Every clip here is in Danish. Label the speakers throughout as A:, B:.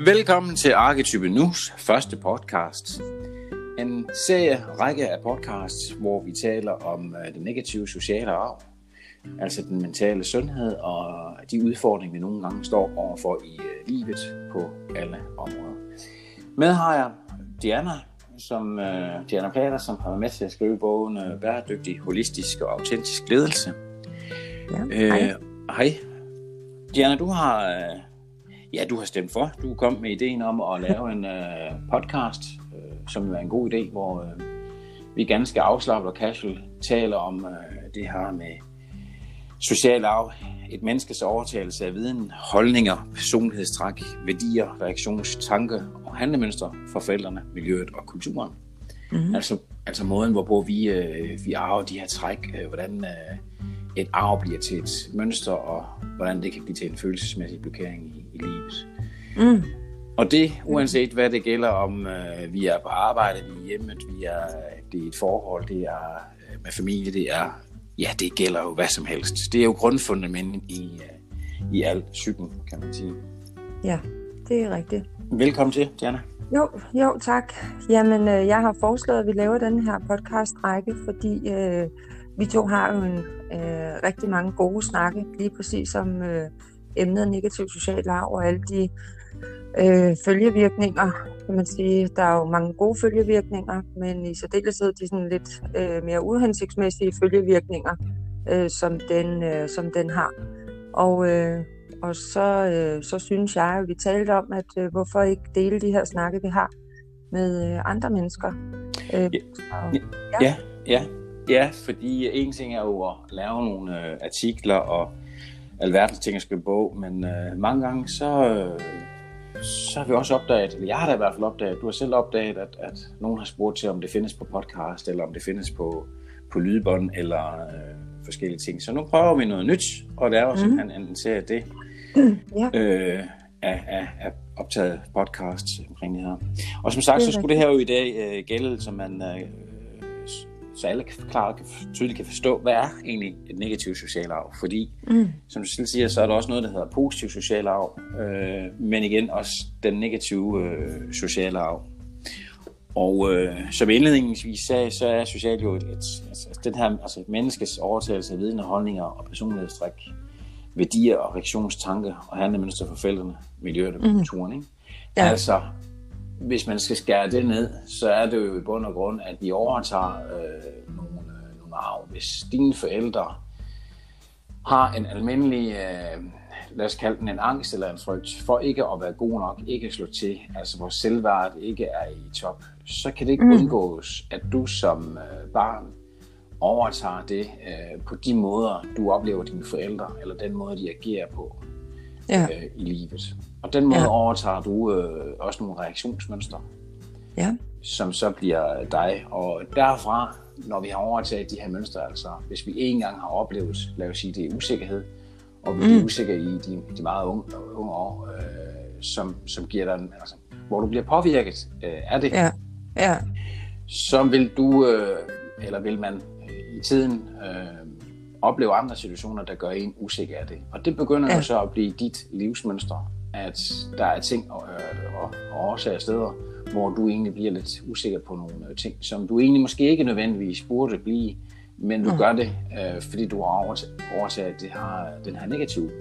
A: Velkommen til Arketype Nus første podcast. En række af podcasts, hvor vi taler om den negative sociale arv, altså den mentale sundhed og de udfordringer, vi nogle gange står overfor i livet på alle områder. Med har jeg Diana Plater, som har været med til at skrive bogen Bæredygtig, Holistisk og Autentisk Ledelse.
B: Ja,
A: hej. Diana, du har stemt for. Du kom med ideen om at lave en podcast, som er en god idé, hvor vi ganske afslappet og casual taler om det her med social arv, et menneskes overtagelse af viden, holdninger, personlighedstræk, værdier, reaktionstanke og handlemønstre for forældrene, miljøet og kulturen. Mm-hmm. Altså måden, hvorpå vi arver de her træk, hvordan et arv bliver til et mønster, og hvordan det kan blive til en følelsesmæssig blokering i livet. Mm. Og det, uanset hvad det gælder, om vi er på arbejde, vi er hjemme, det er et forhold, det er med familie, det gælder jo hvad som helst. Det er jo grundfundamentet i al psyken, kan man sige.
B: Ja, det er rigtigt.
A: Velkommen til, Diana.
B: Jo, tak. Jamen, jeg har foreslået, at vi laver den her podcast-række, fordi vi to har jo rigtig mange gode snakke, lige præcis om emnet negativ social arv og alle de følgevirkninger, kan man sige. Der er jo mange gode følgevirkninger, men i særdeleshed de sådan lidt mere uhensigtsmæssige følgevirkninger, som den har. Og så synes jeg, at vi talte om, at hvorfor ikke dele de her snakke, vi har med andre mennesker.
A: Ja, fordi en ting er jo at lave nogle artikler og alverdens ting at skrive bog, men mange gange så har vi også opdaget, eller jeg har da i hvert fald opdaget, du har selv opdaget, at nogen har spurgt til, om det findes på podcast, eller om det findes på lydbånd, eller forskellige ting. Så nu prøver vi noget nyt, og laver simpelthen en serie af det. Af optaget podcasts omkring det her. Og som sagt, så skulle det her jo i dag gælde, så alle tydeligt kan forstå, hvad er egentlig et negativt social arv. Fordi, som du selv siger, så er der også noget, der hedder positiv social arv, men igen også den negative sociale arv. Og som indledningsvis sagde, så er socialt jo et menneskes overtagelse af viden og holdninger og personlighedstræk, værdier og reaktionstanke og handlemønstre for forældrene, miljøet og kulturen. Ikke? Ja. Altså, hvis man skal skære det ned, så er det jo i bund og grund, at vi overtager nogle arv. Hvis dine forældre har en almindelig, lad os kalde den en angst eller en frygt, for ikke at være god nok, ikke at slå til, altså hvor selvværdet ikke er i top, så kan det ikke undgås, at du som barn overtager det på de måder, du oplever dine forældre, eller den måde, de agerer på i livet. Og den måde overtager du også nogle reaktionsmønstre, som så bliver dig. Og derfra, når vi har overtaget de her mønstre, altså hvis vi en gang har oplevet, lad os sige, det er usikkerhed, og vi bliver usikre i de meget unge år, som giver dig, altså, hvor du bliver påvirket af det, så vil du, eller vil man i tiden opleve andre situationer, der gør en usikker af det. Og det begynder jo så at blive dit livsmønster, at der er ting og årsager steder, hvor du egentlig bliver lidt usikker på nogle ting, som du egentlig måske ikke nødvendigvis burde blive, men du gør det, fordi du har overtaget den her negative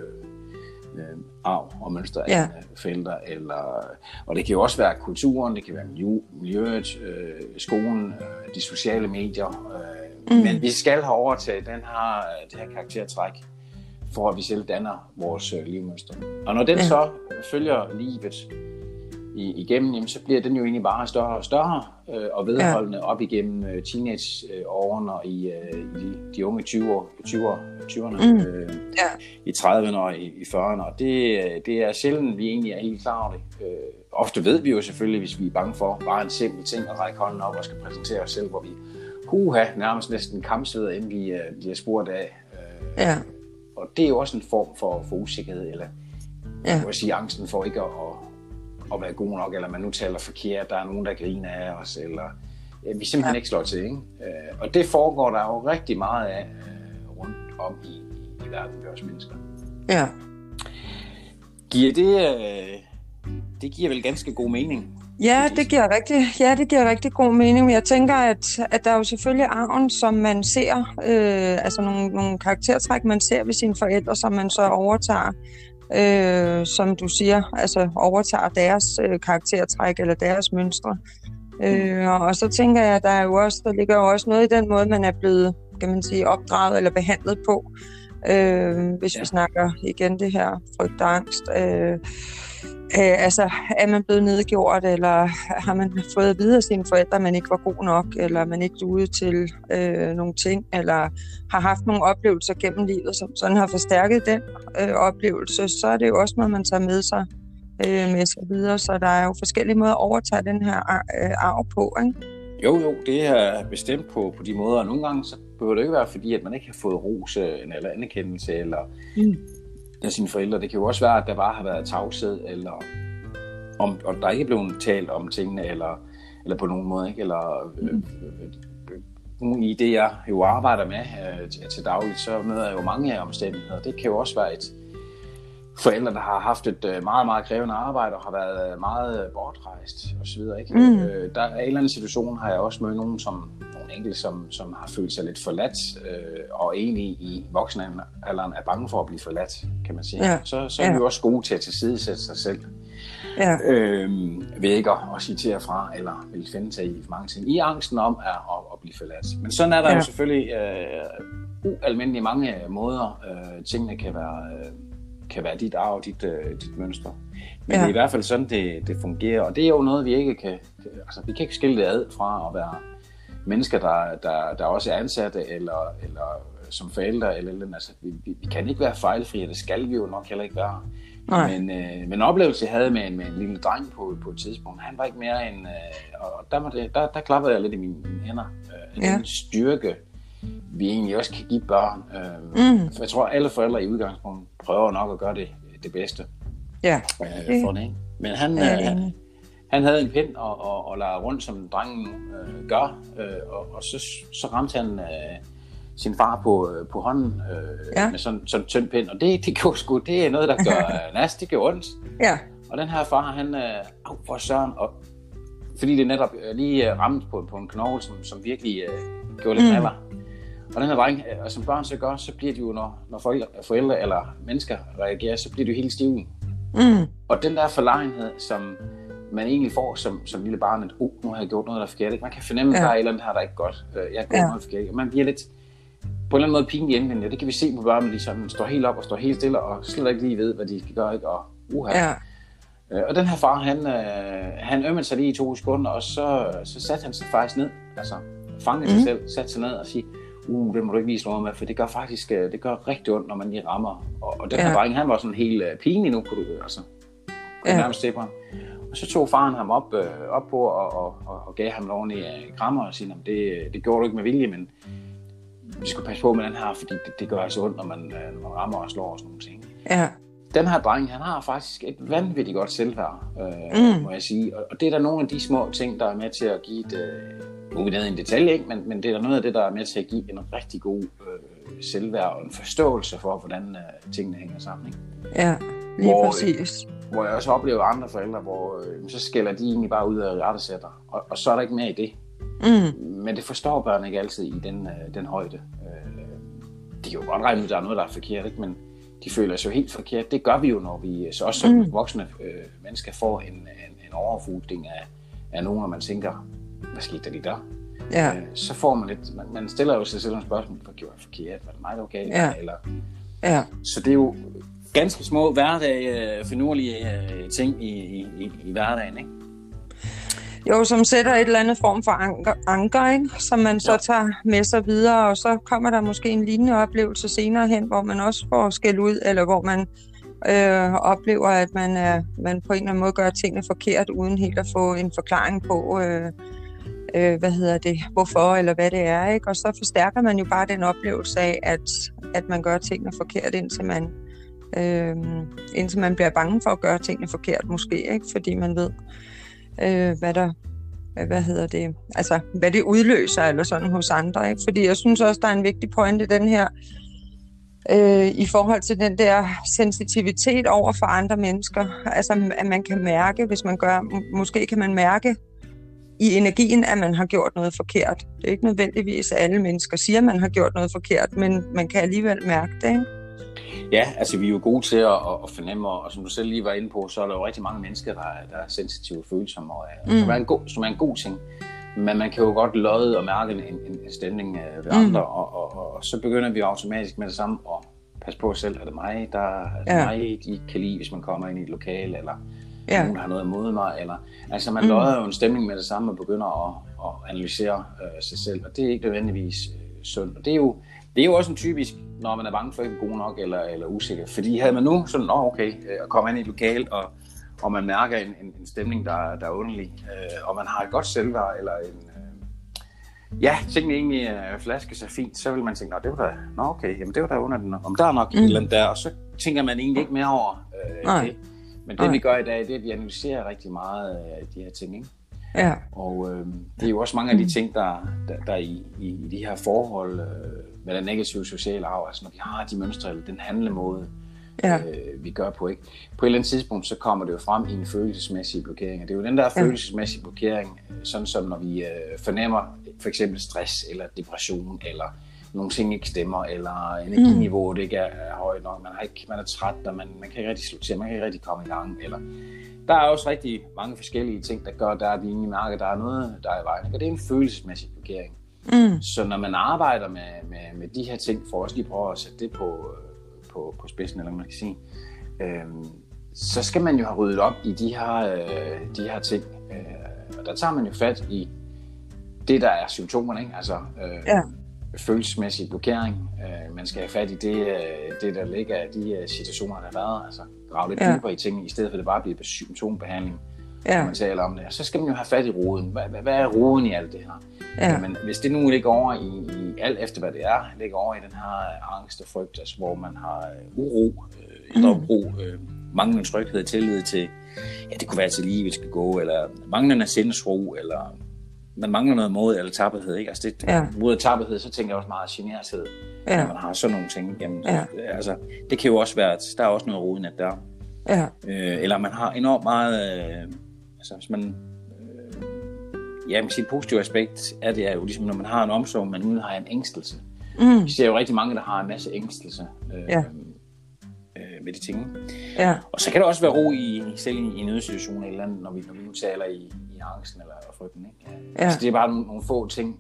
A: arv og mønster af forældre, og det kan jo også være kulturen, det kan være miljøet, skolen, de sociale medier, men vi skal have overtaget det her karaktertræk, for at vi selv danner vores livmønster. Og når den så følger livet igennem, jamen, så bliver den jo egentlig bare større og større, og vedholdende op igennem teenageårene og i de unge 20'erne, i 30'erne og i 40'erne. Og det er sjældent, vi egentlig er helt klar over det. Ofte ved vi jo selvfølgelig, hvis vi er bange for bare en simpel ting at række hånden op og skal præsentere os selv, hvor vi nærmest næsten kampsveder, inden vi bliver spurgt af. Og det er jo også en form for usikkerhed, eller jeg vil sige, angsten for ikke at være god nok, eller man nu taler forkert, der er nogen, der griner af os, eller vi simpelthen ikke slår til. Ikke? Og det foregår der jo rigtig meget af rundt om i verden ved os mennesker.
B: Ja.
A: Giver det giver vel ganske god mening.
B: Ja, det giver rigtig god mening. Men jeg tænker, at der er jo selvfølgelig arven, som man ser, altså nogle karaktertræk, man ser ved sine forældre, som man så overtager, som du siger, altså overtager deres karaktertræk eller deres mønstre. Og så tænker jeg, at der ligger jo også noget i den måde, man er blevet, kan man sige, opdraget eller behandlet på. Hvis vi snakker igen det her frygt og angst. Altså, er man blevet nedgjort, eller har man fået at vide af sine forældre, at man ikke var god nok, eller man ikke duede til nogle ting, eller har haft nogle oplevelser gennem livet, som sådan har forstærket den oplevelse, så er det jo også noget, man tager med sig videre. Så der er jo forskellige måder at overtage den her arv på, ikke?
A: Jo, det er bestemt på de måder. Nogle gange så behøver det ikke være, fordi at man ikke har fået ros eller anerkendelse eller af sine forældre. Det kan jo også være, at der bare har været tavshed, eller om der ikke er blevet talt om tingene, eller på nogen måde, ikke? Eller nogle i det, jeg jo arbejder med til dagligt, så møder jeg jo mange af omstændigheder. Det kan jo også være et forældre, der har haft et meget, meget krævende arbejde og har været meget bortrejst osv. Der er en eller anden situation, har jeg også mødt nogle enkelte, som har følt sig lidt forladt, og egentlig i voksenalderen er bange for at blive forladt, kan man sige. Ja. Så er vi jo også gode til at tilsidesætte sig selv. Ja. Ved ikke at citere fra, eller vil finde sig i mange ting. I angsten om at blive forladt. Men sådan er der jo selvfølgelig ualmindeligt mange måder, tingene kan være dit arv, dit mønster. Men det er i hvert fald sådan, det fungerer. Og det er jo noget, vi ikke kan... Altså, vi kan ikke skille det ad fra at være mennesker, der også er ansatte, eller som forældre, eller altså, vi kan ikke være fejlfri, og det skal vi jo nok heller ikke være. Men en oplevelse, jeg havde med en lille dreng på et tidspunkt, han var ikke mere end... og der klappede jeg lidt i mine hænder. Den styrke, vi egentlig også kan give børn. For jeg tror, alle forældre i udgangspunktet prøver nok at gøre det bedste for det. Ikke? Men han havde en pind og legede rundt, som drengen gør, og så ramte han sin far på hånden med sådan en tynd pind, og det gjorde sgu, det er noget, der gør næst, det gør ondt. Ja. Og den her far, han for søren, og fordi det netop lige ramte på en knogle, som virkelig gjorde lidt knaller. Og den her dreng, og som børn så gør, så bliver de jo, når forældre eller mennesker reagerer, så bliver de jo helt stive. Og den der forlegenhed, som man egentlig får som lille barn, at nu har jeg gjort noget, der er forkert. Man kan fornemme, at der er et eller andet her, der er ikke godt. Jeg har gjort noget forkert. Og man bliver lidt på en eller anden måde pinlig indvendigt. Det kan vi se på børn, de sådan står helt op og står helt stille, og slet ikke lige ved, hvad de skal gøre. Ikke? Og og den her far, han ømmede sig lige i 2 sekunder, og så satte han sig faktisk ned. Altså fangede sig selv, satte sig ned og sige, det må du ikke vise noget med, for det gør faktisk det gør rigtig ondt, når man lige rammer. Og den her dreng, han var sådan helt pinlig nu, kunne du altså. Nærmest til på ham. Og så tog faren ham op på og gav ham lovende krammer og sige, det gjorde du ikke med vilje, men vi skal passe på med den her, fordi det gør altså ondt, når man rammer og slår og sådan nogle ting. Ja. Den her dreng, han har faktisk et vanvittigt godt selvværd, må jeg sige. Og det er der nogle af de små ting, der er med til at give nu er vi nede i en detalje, ikke? Men det er der noget af det, der er med til at give en rigtig god selvværd og en forståelse for, hvordan tingene hænger sammen. Ikke? Ja, lige præcis. Hvor jeg også oplever andre forældre, hvor så skælder de egentlig bare ud af rettesætter, og så er der ikke mere i det. Men det forstår børn ikke altid i den højde. De kan jo godt regne ud, at der er noget, der er forkert, ikke? Men de føler sig jo helt forkert. Det gør vi jo, når vi så også som voksne mennesker får en overfugling af nogen, og man tænker, hvad skete der lige der? Ja. Så får man lidt, man stiller jo sig selv nogle spørgsmål, hvad gjorde jeg forkert? Var det mig, der var galt? Ja. Så det er jo ganske små finurlige ting i hverdagen, ikke?
B: Jo, som sætter et eller andet form for anker, ikke? Som man så tager med sig videre, og så kommer der måske en lignende oplevelse senere hen, hvor man også får skæld ud, eller hvor man oplever, at man på en eller anden måde gør tingene forkert, uden helt at få en forklaring på, hvorfor eller hvad det er, ikke? Og så forstærker man jo bare den oplevelse af, at man gør tingene forkert, indtil man bliver bange for at gøre tingene forkert, måske, ikke? Fordi man ved, hvad det udløser eller sådan hos andre, ikke? Fordi jeg synes også, der er en vigtig pointe i den her i forhold til den der sensitivitet over for andre mennesker. Altså, at man kan mærke, hvis man måske kan man mærke i energien, at man har gjort noget forkert. Det er ikke nødvendigvis, at alle mennesker siger, at man har gjort noget forkert, men man kan alligevel mærke det, ikke?
A: Ja, altså vi er jo gode til at fornemme, og som du selv lige var inde på, så er der jo rigtig mange mennesker, der er sensitive og følsomme, og som er en god ting. Men man kan jo godt lodde og mærke en stemning ved andre, og så begynder vi automatisk med det samme at passe på os selv. Er det mig, mig, de kan lide, hvis man kommer ind i et lokale, eller nogen, der har noget imod mig, eller altså man lodder jo en stemning med det samme og begynder at analysere sig selv, og det er ikke nødvendigvis sundt. Og det er jo også en typisk, når man er bange for ikke god nok eller usikker, fordi havde man nu sådan, okay, at komme ind i et lokale, og man mærker en stemning, der er underlig, og man har et godt selvværd, eller tingene egentlig flasker sig fint, så vil man tænke, det var da under den, om der er nok et eller andet der, og så tænker man egentlig ikke mere over det. Men det vi gør i dag, det er, at vi analyserer rigtig meget af de her ting, ikke?
B: Ja.
A: Og det er jo også mange af de ting, der i de her forhold med den negative sociale arv, altså når vi har de mønstre, eller den handlemåde, vi gør på, ikke? På et eller andet tidspunkt, så kommer det jo frem i en følelsesmæssig blokering. Og det er jo den der følelsesmæssige blokering, sådan som når vi fornemmer for eksempel stress, eller depression, eller nogle ting ikke stemmer, eller energiniveauet ikke er højt nok, man er træt, og man kan ikke rigtig slå til, man kan ikke rigtig komme i gang, eller der er også rigtig mange forskellige ting, der gør, at vi egentlig mærker, at der er noget, der er i vejen, og det er en følelsesmæssig blokering. Så når man arbejder med de her ting, for også lige prøve at sætte det på spidsen, eller man kan sige, så skal man jo have ryddet op i de her ting, og der tager man jo fat i det, der er symptomerne, ikke? Altså følelsesmæssig blokering. Man skal have fat i det der ligger af de situationer, der har været, altså grave lidt dybere i tingene, i stedet for det bare bliver symptombehandling, når man taler om det. Og så skal man jo have fat i roden. Hvad er roden i alt det her? Men hvis det nu ligger over i alt efter, hvad det er, ligger over i den her angst og frygt, altså hvor man har uro, indre uro, manglende tryghed, tillid til, det kunne være til livet skal gå, eller manglende sindsro, eller man mangler noget mod eller tappethed, ikke? Altså mod tappethed, så tænker jeg også meget generthed, når man har sådan nogle ting. Jamen, altså, det kan jo også være, at der er også noget roden, at der eller man har enormt meget, altså hvis man, man siger, et positivt aspekt af det er jo ligesom, når man har en omsorg, men uden har en ængstelse. Vi ser jo rigtig mange, der har en masse ængstelse med de ting. Og så kan der også være ro selv i en nødsituation eller andet, når vi nu taler i angsten eller frygten, ikke? Så det er bare nogle få ting,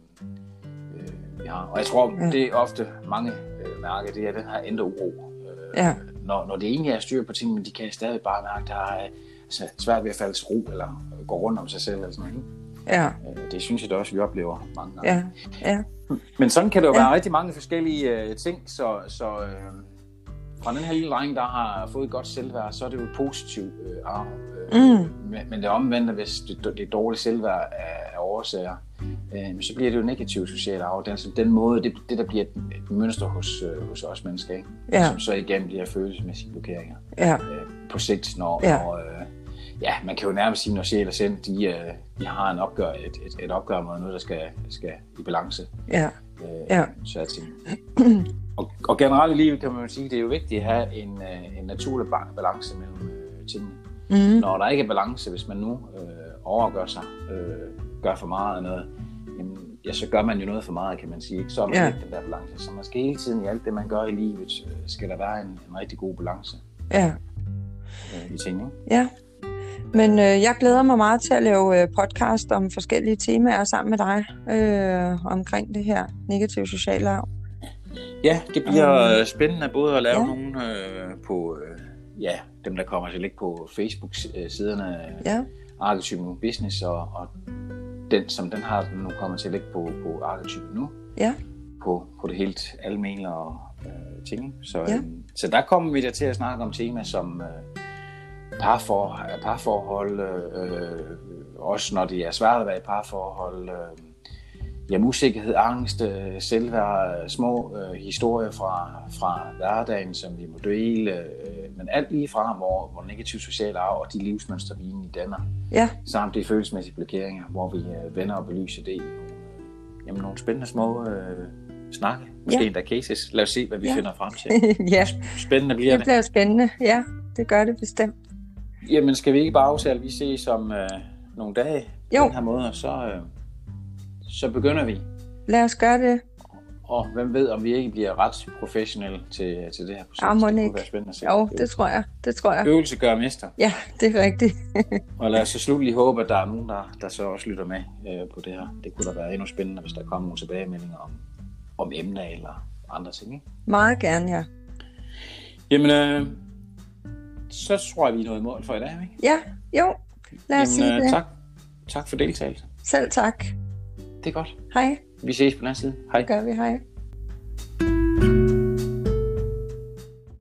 A: vi har. Og jeg tror, det er ofte mange mærker, det er den her indre uro. Når det egentlig er styr på ting, men de kan stadig bare mærke, der er svært ved at falde til ro, eller gå rundt om sig selv, eller sådan noget. Det synes jeg da også, vi oplever mange gange. Men sådan kan det jo være rigtig mange forskellige ting, så fra den her lille dreng, der har fået et godt selvværd, så er det jo et positivt arv. Men det omvendte, hvis det er dårligt selvværd af årsager, så bliver det jo negativt socialt arv. Det er altså den måde, det der bliver et mønster hos os mennesker, ikke? Som så igennem de her følelsesmæssige blokeringer. På sigt, når man kan jo nærmest sige, når sjæl og sind, de har et opgør med noget, der skal i balance. Så jeg tænker. Og generelt i livet kan man jo sige, det er jo vigtigt at have en naturlig balance mellem tingene. Når der ikke er balance, hvis man nu overgør sig, gør for meget af noget, så gør man jo noget for meget, kan man sige. Ikke? Så er man ikke den der balance. Så man skal hele tiden i alt det, man gør i livet, skal der være en rigtig god balance i tingene.
B: Men jeg glæder mig meget til at lave podcast om forskellige temaer sammen med dig omkring det her negative sociale arv.
A: Ja, det bliver spændende både at lave nogle på dem, der kommer til at ligge på Facebook-siderne Arketypen Business, og den, som den har nu kommer til at ligge på Arketypen nu. På det helt almindelige ting. Så der kommer vi der til at snakke om temaer som parforhold, også når det er svært at være i parforhold, usikkerhed, angst, selvværd, små historier fra hverdagen, som vi må dele, men alt lige fra, hvor negativ social arv og de livsmønstre, vi egentlig danner, samt de følelsesmæssige blokeringer, hvor vi vender og belyser det i nogle spændende små snakke måske endda cases. Lad os se, hvad vi finder frem til.
B: Ja,
A: Spændende bliver det.
B: Det bliver spændende, ja. Det gør det bestemt.
A: Jamen, skal vi ikke bare aftale, vi ses om nogle dage på den her måde, og så begynder vi.
B: Lad os gøre det.
A: Og hvem ved, om vi ikke bliver ret professionelle til det her projekt. Det
B: kunne
A: være spændende at se.
B: Jo, det tror jeg.
A: Øvelse gør mester.
B: Ja, det er rigtigt.
A: Og lad os så slutlig håbe, at der er nogen, der så også lytter med på det her. Det kunne da være endnu spændende, hvis der kommer nogle tilbagemeldinger om emner eller andre ting. Ikke?
B: Meget gerne, ja.
A: Jamen, så tror jeg, vi er nået i mål for i dag, ikke?
B: Ja, jo. Lad os sige det.
A: Tak for deltagelse.
B: Selv tak.
A: Det er godt.
B: Hej.
A: Vi ses på den anden side. Hej.
B: Det gør vi, hej.